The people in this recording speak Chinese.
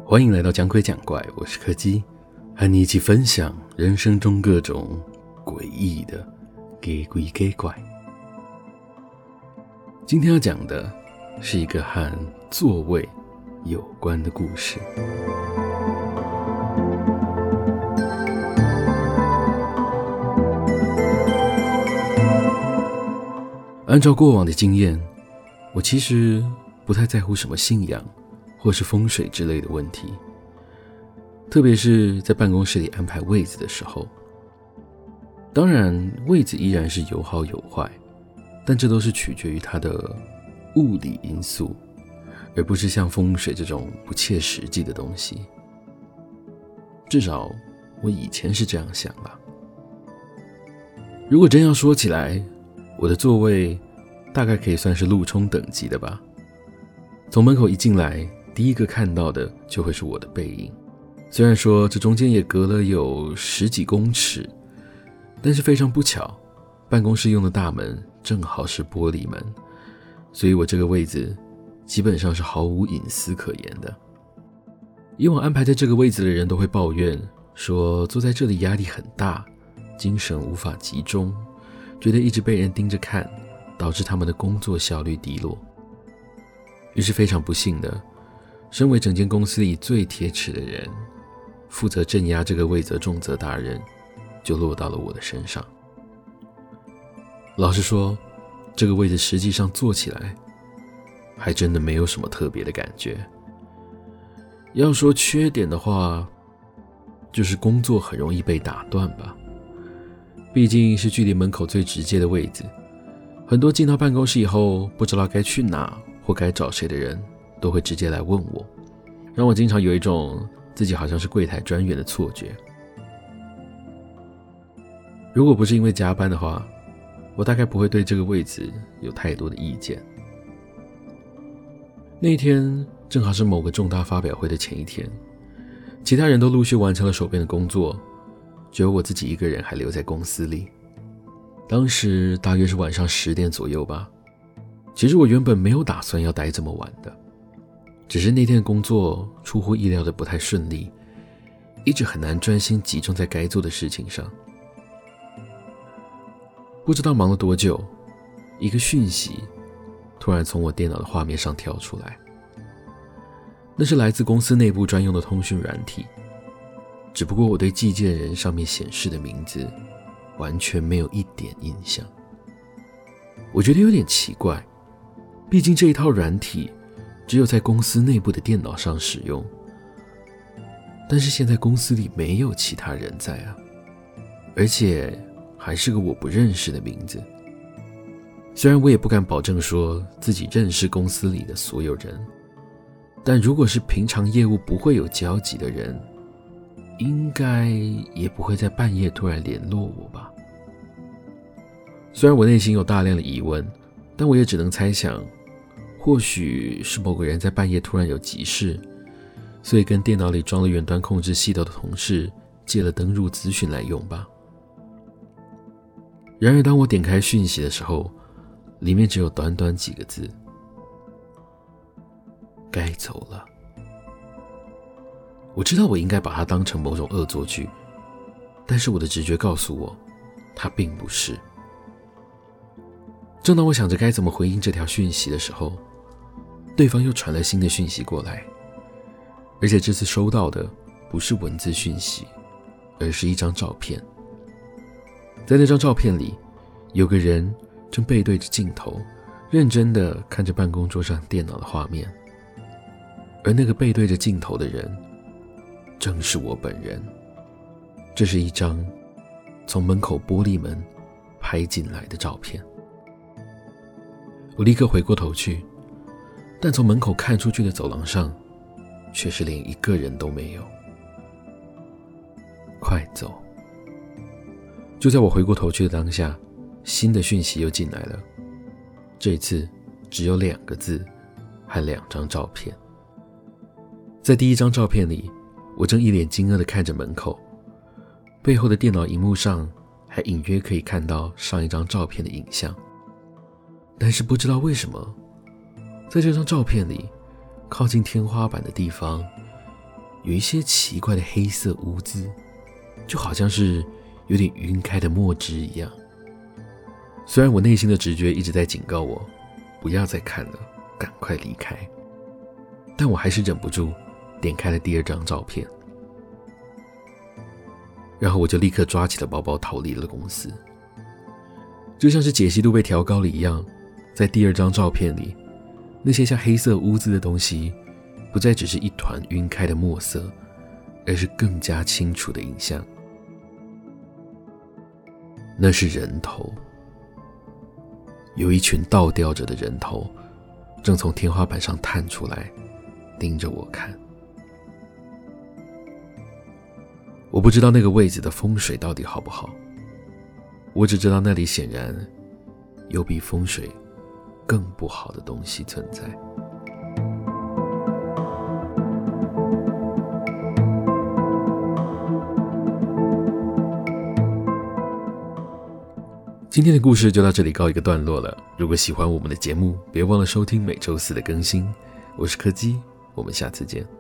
欢迎来到讲鬼讲怪，我是柯基，和你一起分享人生中各种诡异的给鬼给怪。今天要讲的是一个和座位有关的故事。按照过往的经验，我其实不太在乎什么信仰或是风水之类的问题，特别是在办公室里安排位子的时候。当然，位子依然是有好有坏，但这都是取决于它的物理因素，而不是像风水这种不切实际的东西。至少我以前是这样想啦。如果真要说起来，我的座位大概可以算是路冲等级的吧。从门口一进来，第一个看到的就会是我的背影。虽然说这中间也隔了有10几公尺，但是非常不巧，办公室用的大门正好是玻璃门，所以我这个位子基本上是毫无隐私可言的。以往安排在这个位子的人都会抱怨说，坐在这里压力很大，精神无法集中，觉得一直被人盯着看，导致他们的工作效率低落。于是非常不幸的，身为整间公司里最铁齿的人，负责镇压这个位子的重责大任就落到了我的身上。老实说，这个位子实际上坐起来还真的没有什么特别的感觉。要说缺点的话，就是工作很容易被打断吧。毕竟是距离门口最直接的位置，很多进到办公室以后不知道该去哪或该找谁的人都会直接来问我，让我经常有一种自己好像是柜台专员的错觉。如果不是因为加班的话，我大概不会对这个位置有太多的意见。那天正好是某个重大发表会的前一天，其他人都陆续完成了手边的工作，只有我自己一个人还留在公司里。当时大约是晚上10点左右吧。其实我原本没有打算要待这么晚的，只是那天的工作出乎意料的不太顺利，一直很难专心集中在该做的事情上。不知道忙了多久，一个讯息突然从我电脑的画面上跳出来。那是来自公司内部专用的通讯软体，只不过我对寄件人上面显示的名字完全没有一点印象。我觉得有点奇怪，毕竟这一套软体只有在公司内部的电脑上使用，但是现在公司里没有其他人在啊，而且还是个我不认识的名字。虽然我也不敢保证说自己认识公司里的所有人，但如果是平常业务不会有交集的人，应该也不会在半夜突然联络我吧。虽然我内心有大量的疑问，但我也只能猜想，或许是某个人在半夜突然有急事，所以跟电脑里装了远端控制系统的同事借了登入资讯来用吧。然而当我点开讯息的时候，里面只有短短几个字：该走了。我知道我应该把它当成某种恶作剧，但是我的直觉告诉我，它并不是。正当我想着该怎么回应这条讯息的时候，对方又传了新的讯息过来，而且这次收到的不是文字讯息，而是一张照片。在那张照片里，有个人正背对着镜头，认真地看着办公桌上电脑的画面，而那个背对着镜头的人正是我本人。这是一张从门口玻璃门拍进来的照片。我立刻回过头去，但从门口看出去的走廊上却是连一个人都没有。快走！就在我回过头去的当下，新的讯息又进来了，这次只有2个字和2张照片。在第一张照片里，我正一脸惊愕地看着门口，背后的电脑荧幕上还隐约可以看到上一张照片的影像。但是不知道为什么，在这张照片里，靠近天花板的地方有一些奇怪的黑色污渍，就好像是有点晕开的墨汁一样。虽然我内心的直觉一直在警告我不要再看了，赶快离开，但我还是忍不住点开了第二张照片，然后我就立刻抓起了包包逃离了公司。就像是解析度被调高了一样，在第二张照片里，那些像黑色污渍的东西不再只是一团晕开的墨色，而是更加清楚的影像。那是人头，有一群倒吊着的人头正从天花板上探出来，盯着我看。我不知道那个位置的风水到底好不好，我只知道那里显然有比风水更不好的东西存在。今天的故事就到这里告一个段落了。如果喜欢我们的节目，别忘了收听每周四的更新。我是柯基，我们下次见。